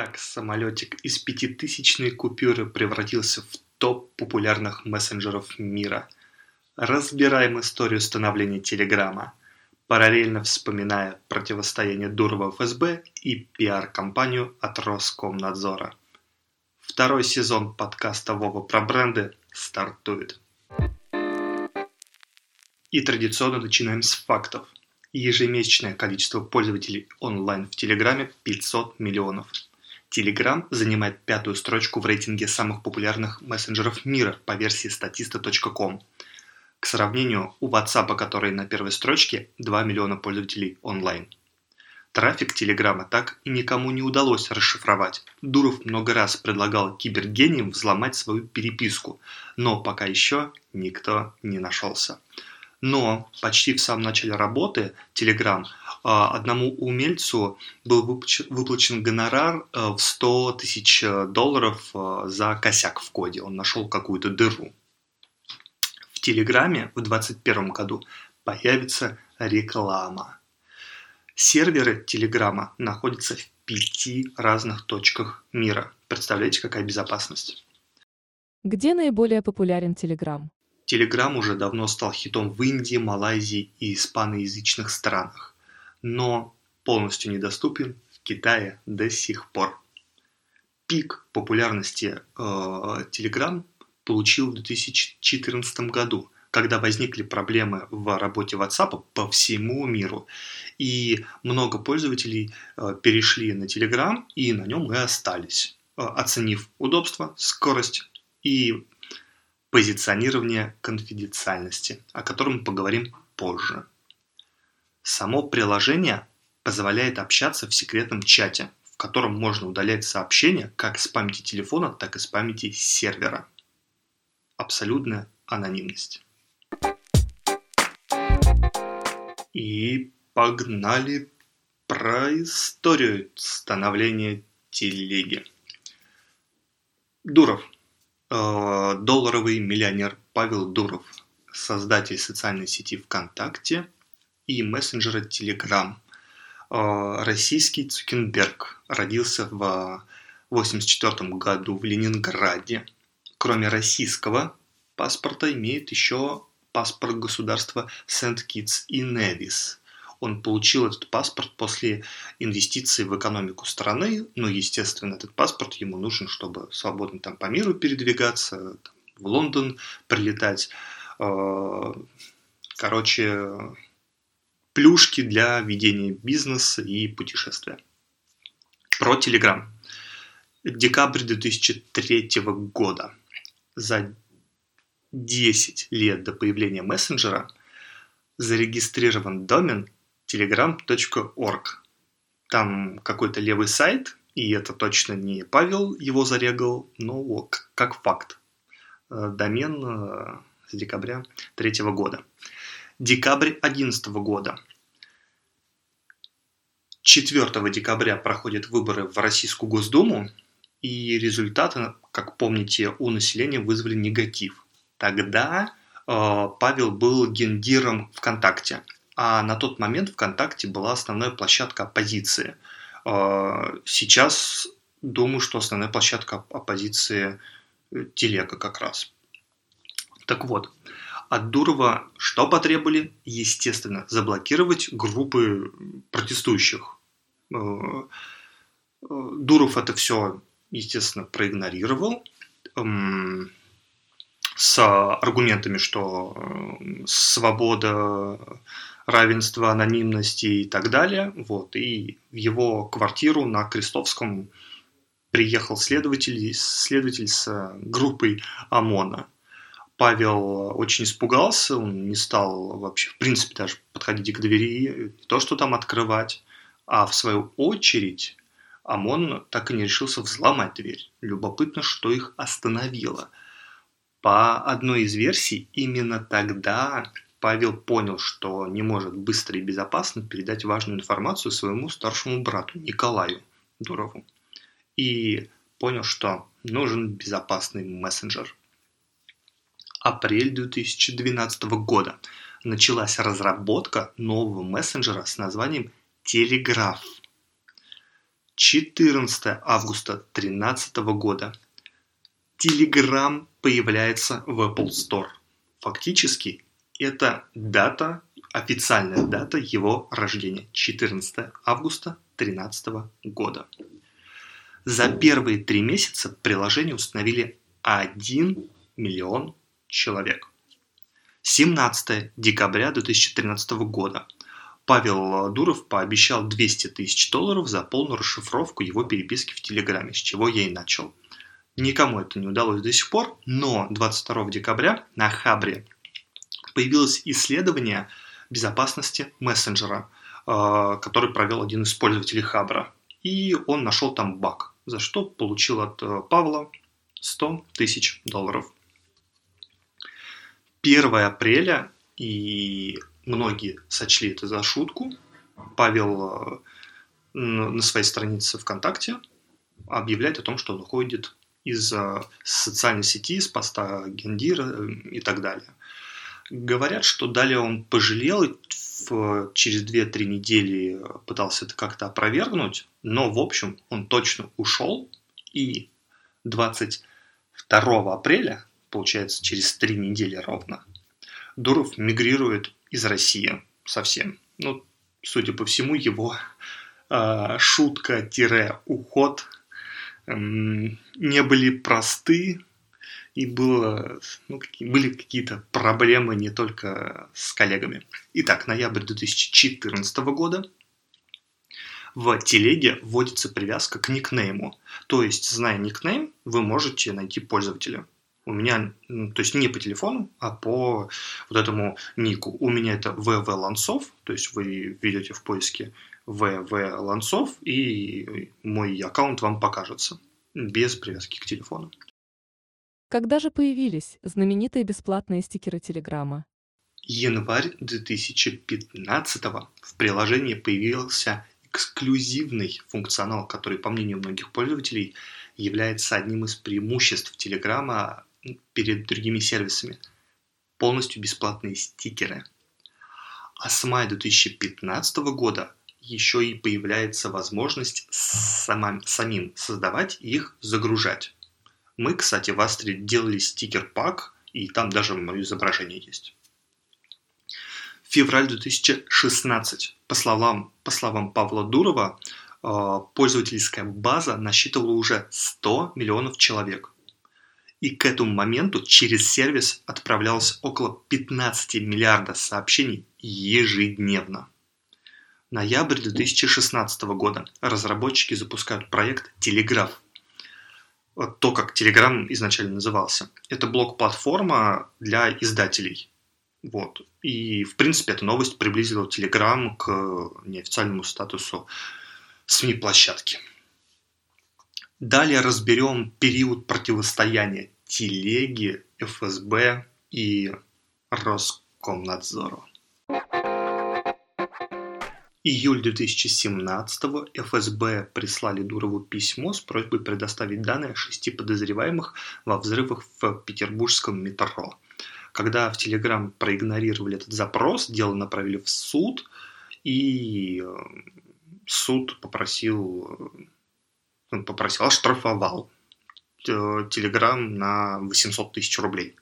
Как самолетик из пятитысячной купюры превратился в топ популярных мессенджеров мира? Разбираем историю становления Телеграма, параллельно вспоминая противостояние Дурова ФСБ и пиар-компанию от Роскомнадзора. Второй сезон подкаста Вова про бренды стартует. И традиционно начинаем с фактов. Ежемесячное количество пользователей онлайн в Телеграме 500 миллионов. Telegram занимает пятую строчку в рейтинге самых популярных мессенджеров мира по версии statista.com. К сравнению, у WhatsApp, который на первой строчке, 2 миллиона пользователей онлайн. Трафик Телеграма так и никому не удалось расшифровать. Дуров много раз предлагал кибергениям взломать свою переписку, но пока еще никто не нашелся. Но почти в самом начале работы Telegram одному умельцу был выплачен гонорар в $100 тысяч за косяк в коде. Он нашел какую-то дыру. В Телеграме в 2021 году появится реклама. Серверы Телеграма находятся в 5 разных точках мира. Представляете, какая безопасность? Где наиболее популярен Telegram? Telegram уже давно стал хитом в Индии, Малайзии и испаноязычных странах, но полностью недоступен в Китае до сих пор. Пик популярности Telegram получил в 2014 году, когда возникли проблемы в работе WhatsApp по всему миру, и много пользователей перешли на Telegram и на нем и остались, оценив удобство, скорость и позиционирование конфиденциальности, о котором мы поговорим позже. Само приложение позволяет общаться в секретном чате, в котором можно удалять сообщения как с памяти телефона, так и с памяти сервера. Абсолютная анонимность. И погнали про историю становления телеги. Дуров. Долларовый миллионер Павел Дуров, создатель социальной сети ВКонтакте и мессенджера Telegram. Российский Цукерберг родился в 1984 году в Ленинграде. Кроме российского паспорта имеет еще паспорт государства Сент-Китс и Невис. Он получил этот паспорт после инвестиций в экономику страны, но, естественно, этот паспорт ему нужен, чтобы свободно там по миру передвигаться, в Лондон прилетать. Короче, плюшки для ведения бизнеса и путешествия. Про Telegram. Декабрь 2003 года. За 10 лет до появления мессенджера зарегистрирован домен telegram.org. Там какой-то левый сайт, и это точно не Павел его зарегал, но как факт. Домен с декабря 2003 года. Декабрь 2011 года. 4 декабря проходят выборы в Российскую Госдуму, и результаты, как помните, у населения вызвали негатив. Тогда Павел был гендиром ВКонтакте. А на тот момент ВКонтакте была основная площадка оппозиции. Сейчас думаю, что основная площадка оппозиции телега как раз. Так вот, от Дурова что потребовали? Естественно, заблокировать группы протестующих. Дуров это все, естественно, проигнорировал с аргументами, что свобода, равенство, анонимности и так далее. Вот. И в его квартиру на Крестовском приехал следователь с группой ОМОНа. Павел очень испугался, он не стал вообще, в принципе, даже подходить к двери, не то, что там открывать. А в свою очередь ОМОН так и не решился взломать дверь. Любопытно, что их остановило. По одной из версий, именно тогда Павел понял, что не может быстро и безопасно передать важную информацию своему старшему брату Николаю Дурову. И понял, что нужен безопасный мессенджер. Апрель 2012 года началась разработка нового мессенджера с названием Телеграф. 14 августа 2013 года. Telegram появляется в Apple Store. Фактически, это дата, официальная дата его рождения. 14 августа 2013 года. За первые 3 месяца приложение установили 1 миллион человек. 17 декабря 2013 года. Павел Дуров пообещал $200 тысяч за полную расшифровку его переписки в Телеграме, с чего я и начал. Никому это не удалось до сих пор, но 22 декабря на Хабре появилось исследование безопасности мессенджера, который провел один из пользователей Хабра. И он нашел там баг, за что получил от Павла $100 тысяч. 1 апреля, и многие сочли это за шутку, Павел на своей странице ВКонтакте объявляет о том, что он уходит из социальной сети, с поста Гендира и так далее. Говорят, что далее он пожалел и через 2-3 недели пытался это как-то опровергнуть, но в общем он точно ушел, и 22 апреля, получается через 3 недели ровно, Дуров мигрирует из России совсем. Ну, судя по всему, его шутка-уход не были просты, и были какие-то проблемы не только с коллегами. Итак, ноябрь 2014 года. В телеге вводится привязка к никнейму. То есть, зная никнейм, вы можете найти пользователя. У меня, то есть не по телефону, а по вот этому нику. У меня это ВВ Ланцов, то есть вы введете в поиске ВВ Ланцов, и мой аккаунт вам покажется без привязки к телефону. Когда же появились знаменитые бесплатные стикеры Телеграма? Январь 2015 в приложении появился эксклюзивный функционал, который, по мнению многих пользователей, является одним из преимуществ Телеграма перед другими сервисами. Полностью бесплатные стикеры. А с мая 2015 года еще и появляется возможность самим создавать и их загружать. Мы, кстати, в Астре делали стикер-пак, и там даже мое изображение есть. Февраль 2016. По словам Павла Дурова, пользовательская база насчитывала уже 100 миллионов человек. И к этому моменту через сервис отправлялось около 15 миллиардов сообщений ежедневно. Ноябрь 2016 года. Разработчики запускают проект Telegraph. То, как Telegram изначально назывался. Это блок-платформа для издателей. Вот. И, в принципе, эта новость приблизила Telegram к неофициальному статусу СМИ-площадки. Далее разберем период противостояния Телеги, ФСБ и Роскомнадзору. Июль 2017-го ФСБ прислали Дурову письмо с просьбой предоставить данные о 6 подозреваемых во взрывах в петербургском метро. Когда в Telegram проигнорировали этот запрос, дело направили в суд, и суд оштрафовал Telegram на 800 тысяч рублей.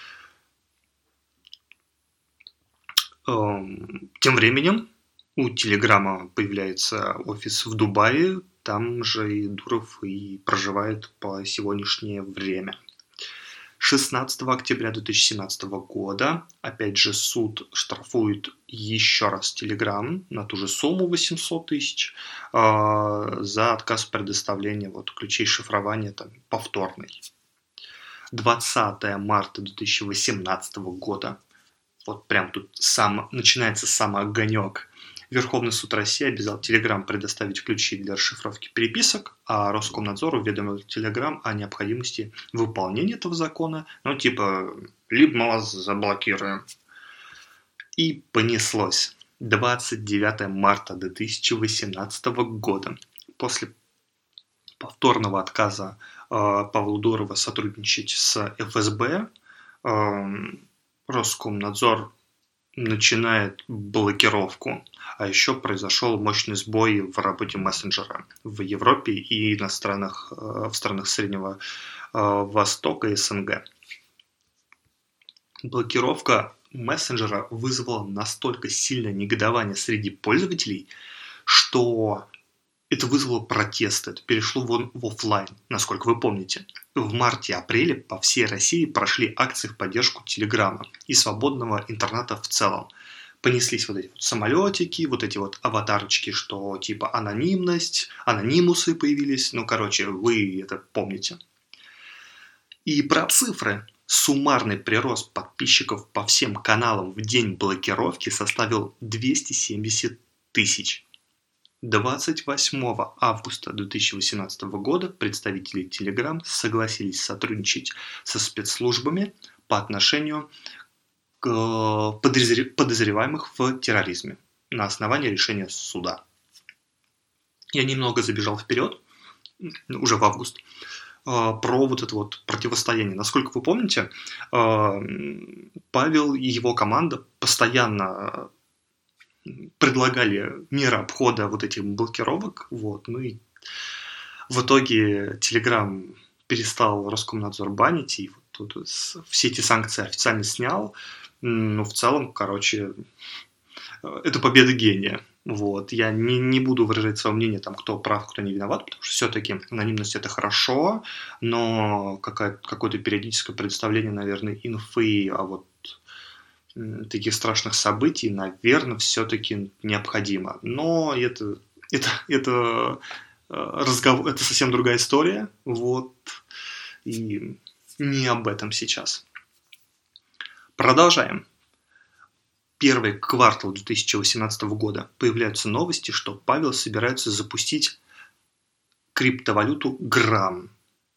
Тем временем у Телеграма появляется офис в Дубае, там же и Дуров и проживает по сегодняшнее время. 16 октября 2017 года, опять же, суд штрафует еще раз Telegram на ту же сумму 800 тысяч за отказ предоставления ключей шифрования повторный. 20 марта 2018 года, вот прям тут начинается сам огонек. Верховный суд России обязал Telegram предоставить ключи для расшифровки переписок, а Роскомнадзор уведомил Telegram о необходимости выполнения этого закона. Либо мы вас заблокируем. И понеслось. 29 марта 2018 года. После повторного отказа Павла Дурова сотрудничать с ФСБ, Роскомнадзор начинает блокировку. А еще произошел мощный сбой в работе мессенджера в Европе и в странах Среднего Востока и СНГ. Блокировка мессенджера вызвала настолько сильное негодование среди пользователей, что это вызвало протесты, это перешло в офлайн, насколько вы помните. В марте-апреле по всей России прошли акции в поддержку Телеграма и свободного интернета в целом. Понеслись вот эти вот самолетики, вот эти вот аватарочки, что типа анонимность, анонимусы появились. Ну, короче, вы это помните. И про цифры. Суммарный прирост подписчиков по всем каналам в день блокировки составил 270 тысяч. 28 августа 2018 года представители Telegram согласились сотрудничать со спецслужбами по отношению к подозреваемых в терроризме на основании решения суда. Я немного забежал вперед, уже в август, про вот это вот противостояние. Насколько вы помните, Павел и его команда постоянно предлагали меры обхода вот этих блокировок. Вот. Ну и в итоге Telegram перестал Роскомнадзор банить, и вот тут все эти санкции официально снял. Но в целом, короче, это победа гения. Вот. Я не буду выражать свое мнение, там, кто прав, кто не виноват, потому что все-таки анонимность это хорошо, но какое-то периодическое представление, наверное, инфы, а вот таких страшных событий, наверное, все-таки необходимо. Но это разговор, это совсем другая история, вот, и не об этом сейчас. Продолжаем. Первый квартал 2018 года появляются новости, что Павел собирается запустить криптовалюту Грам.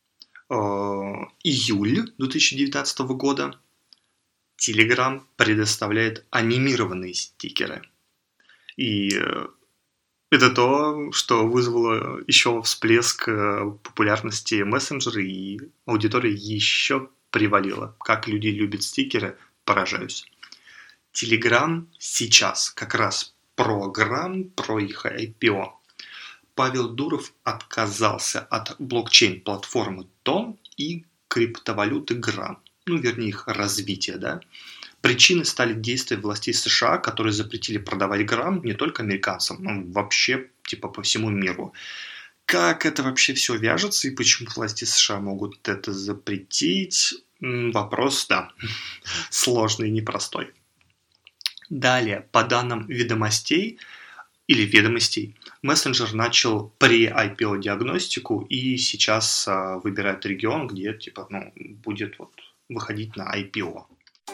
Июль 2019 года. Telegram предоставляет анимированные стикеры. И это то, что вызвало еще всплеск популярности мессенджера, и аудитория еще привалила. Как люди любят стикеры, поражаюсь. Telegram сейчас как раз про Грам, про их IPO. Павел Дуров отказался от блокчейн-платформы Тон и криптовалюты Грам. Ну, вернее, их развитие, да. Причиной стали действия властей США, которые запретили продавать Грам не только американцам, но вообще типа по всему миру. Как это вообще все вяжется и почему власти США могут это запретить? Вопрос, да, сложный и непростой. Далее, по данным ведомостей, мессенджер начал pre-IPO диагностику и сейчас выбирает регион, где типа, будет вот выходить на IPO.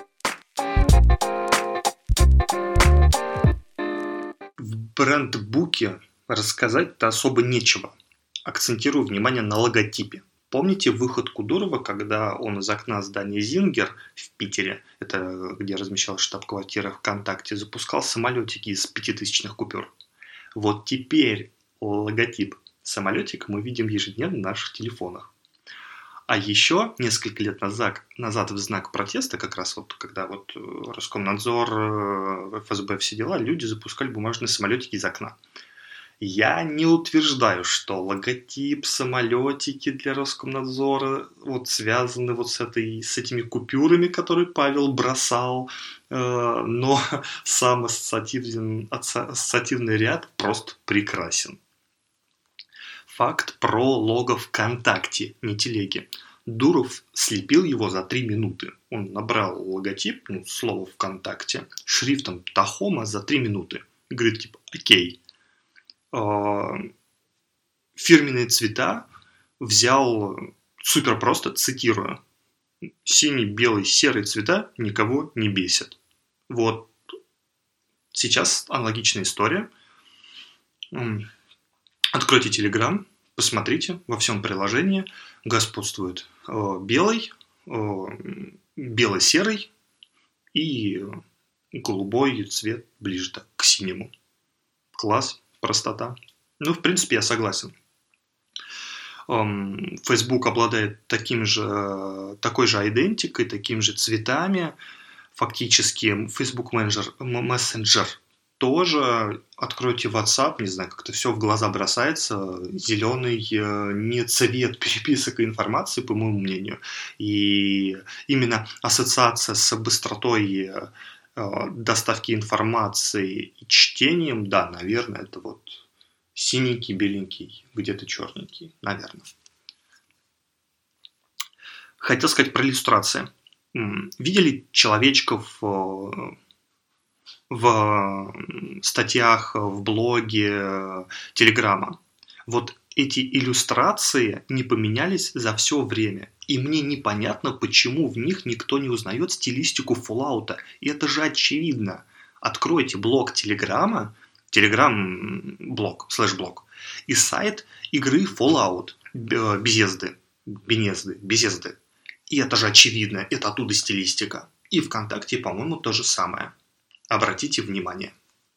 В брендбуке рассказать-то особо нечего. Акцентирую внимание на логотипе. Помните выходку Дурова, когда он из окна здания Зингер в Питере, это где размещалась штаб-квартира ВКонтакте, запускал самолетики из 5000-х купюр? Вот теперь логотип самолетика мы видим ежедневно на наших телефонах. А еще несколько лет назад в знак протеста, как раз вот когда вот Роскомнадзор, ФСБ, все дела, люди запускали бумажные самолетики из окна. Я не утверждаю, что логотип, самолетики для Роскомнадзора вот связаны вот с этими купюрами, которые Павел бросал, но сам ассоциативный ряд просто прекрасен. Факт про лого ВКонтакте, не телеги. Дуров слепил его за 3 минуты. Он набрал логотип, слово ВКонтакте, шрифтом Тахома за 3 минуты. И говорит, типа, окей. Фирменные цвета взял супер просто, цитирую. Синий, белый, серый цвета никого не бесят. Вот. Сейчас аналогичная история. Откройте Telegram, посмотрите, во всем приложении господствует белый, бело-серый и голубой цвет ближе к синему. Класс, простота. Ну, в принципе, я согласен. Facebook обладает такой же идентикой, такими же цветами. фактически Facebook Messenger тоже. Откройте WhatsApp, не знаю, как-то все в глаза бросается. Зеленый не цвет переписок и информации, по моему мнению. И именно ассоциация с быстротой доставки информации и чтением, да, наверное, это вот синенький, беленький, где-то черненький, наверное. Хотел сказать про иллюстрации. Видели человечков в статьях, в блоге Телеграма? Вот эти иллюстрации не поменялись за все время. И мне непонятно, почему в них никто не узнает стилистику Fallout. И это же очевидно. Откройте блог Телеграма, Телеграм-блог, слэш-блог, и сайт игры Fallout, Bethesda. И это же очевидно, это оттуда стилистика. И ВКонтакте, по-моему, то же самое. Обратите внимание.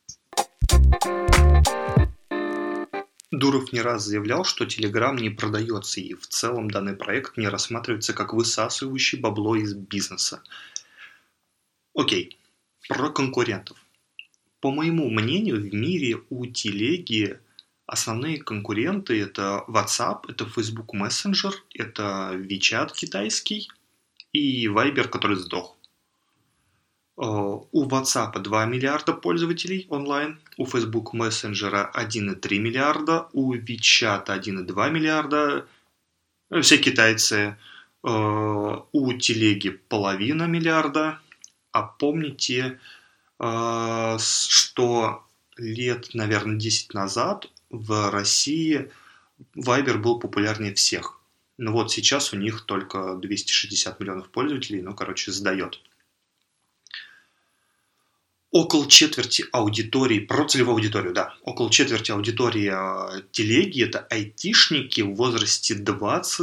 Дуров не раз заявлял, что Telegram не продается, и в целом данный проект не рассматривается как высасывающий бабло из бизнеса. Окей, про конкурентов. По моему мнению, в мире у телеги основные конкуренты – это WhatsApp, это Facebook Messenger, это WeChat китайский и Viber, который сдох. У WhatsApp 2 миллиарда пользователей онлайн, у Facebook Messenger 1,3 миллиарда, у WeChat 1,2 миллиарда, все китайцы, у телеги 0,5 миллиарда. А помните, что лет, наверное, 10 назад в России Viber был популярнее всех. Но вот сейчас у них только 260 миллионов пользователей, сдает. Около четверти аудитории, про целевую аудиторию, да, около четверти аудитории телеги – это айтишники в возрасте от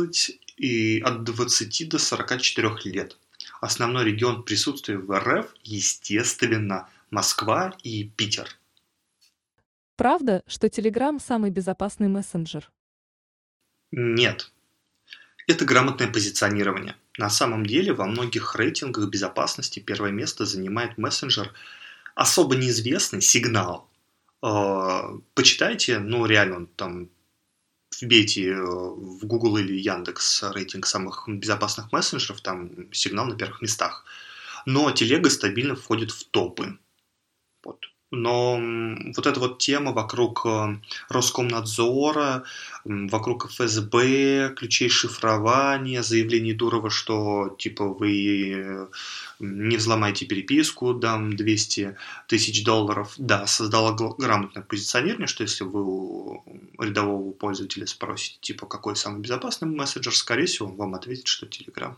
20 до 44 лет. Основной регион присутствия в РФ, естественно, Москва и Питер. Правда, что Telegram самый безопасный мессенджер? Нет. Это грамотное позиционирование. На самом деле, во многих рейтингах безопасности первое место занимает мессенджер особо неизвестный Signal. Почитайте, реально, там, вбейте в Google или Яндекс рейтинг самых безопасных мессенджеров, там Signal на первых местах. Но телега стабильно входит в топы. Вот. Но вот эта вот тема вокруг Роскомнадзора, вокруг ФСБ, ключей шифрования, заявлений Дурова, что типа вы не взломайте переписку, дам $200 тысяч, да, создала грамотное позиционирование, что если вы у рядового пользователя спросите, типа, какой самый безопасный мессенджер, скорее всего, он вам ответит, что Telegram.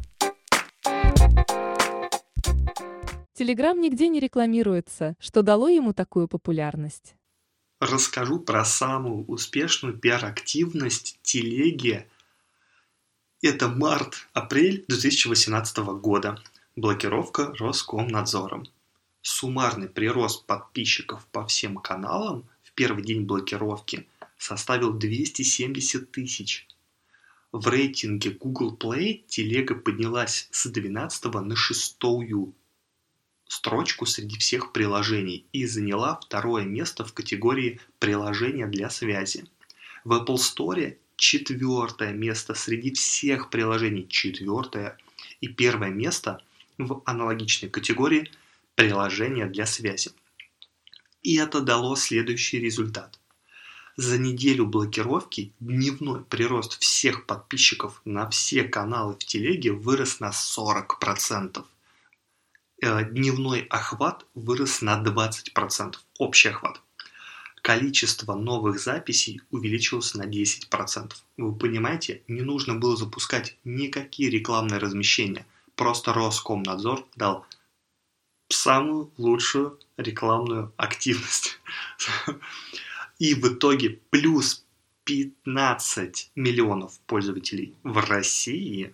Telegram нигде не рекламируется, что дало ему такую популярность. Расскажу про самую успешную пиар-активность телеги. Это март-апрель 2018 года. Блокировка Роскомнадзором. Суммарный прирост подписчиков по всем каналам в первый день блокировки составил 270 тысяч. В рейтинге Google Play телега поднялась с 12 на 6 строчку среди всех приложений и заняла второе место в категории «Приложения для связи». В Apple Store 4 место среди всех приложений, 4, и 1 место в аналогичной категории «Приложения для связи». И это дало следующий результат. За неделю блокировки дневной прирост всех подписчиков на все каналы в телеге вырос на 40%. Дневной охват вырос на 20%, общий охват. Количество новых записей увеличилось на 10%. Вы понимаете, не нужно было запускать никакие рекламные размещения. Просто Роскомнадзор дал самую лучшую рекламную активность. И в итоге плюс 15 миллионов пользователей в России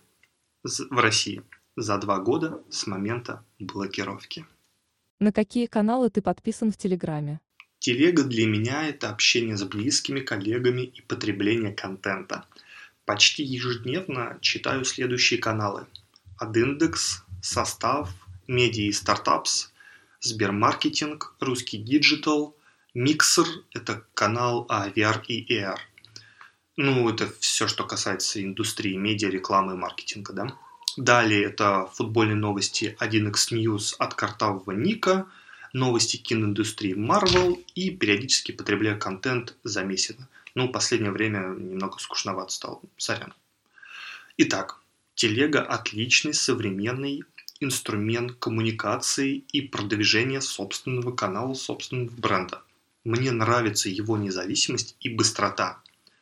за 2 года с момента блокировки. На какие каналы ты подписан в Телеграме? Телега для меня – это общение с близкими, коллегами и потребление контента. Почти ежедневно читаю следующие каналы: Адиндекс, Состав, Media и Startups, Сбермаркетинг, Русский Digital, Mixer – это канал о VR и AR. Ну, это все, что касается индустрии медиа, рекламы и маркетинга, да. Далее это футбольные новости 1x News от картавого Ника, новости киноиндустрии Marvel и периодически потребляю контент замесенно. Ну, в последнее время немного скучновато стало, сорян. Итак, телега – отличный современный инструмент коммуникации и продвижения собственного канала, собственного бренда. Мне нравится его независимость и быстрота.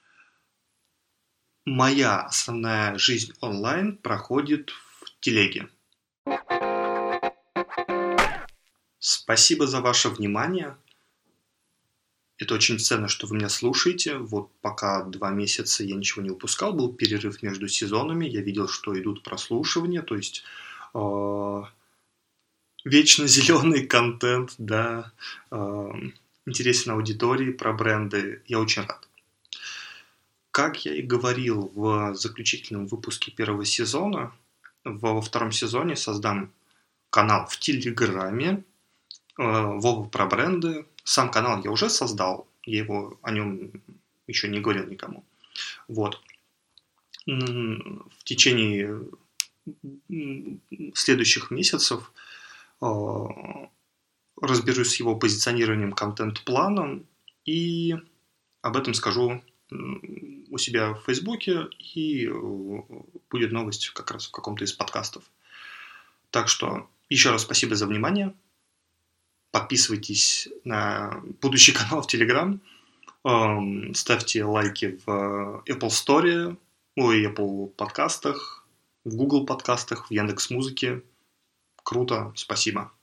Моя основная жизнь онлайн проходит в телеге. Спасибо за ваше внимание. Это очень ценно, что вы меня слушаете. Вот пока 2 месяца я ничего не выпускал, был перерыв между сезонами, я видел, что идут прослушивания, то есть вечно зеленый контент, да, интересен аудитории про бренды. Я очень рад. Как я и говорил в заключительном выпуске первого сезона, во втором сезоне создам канал в Телеграме, Вова про бренды. Сам канал я уже создал, я о нем еще не говорил никому. Вот. В течение следующих месяцев разберусь с его позиционированием, контент-планом и об этом скажу у себя в Фейсбуке, и будет новость как раз в каком-то из подкастов. Так что еще раз спасибо за внимание. Подписывайтесь на будущий канал в Telegram. Ставьте лайки в Apple Store, Apple подкастах, в Google подкастах, в Яндекс.Музыке. Круто, спасибо.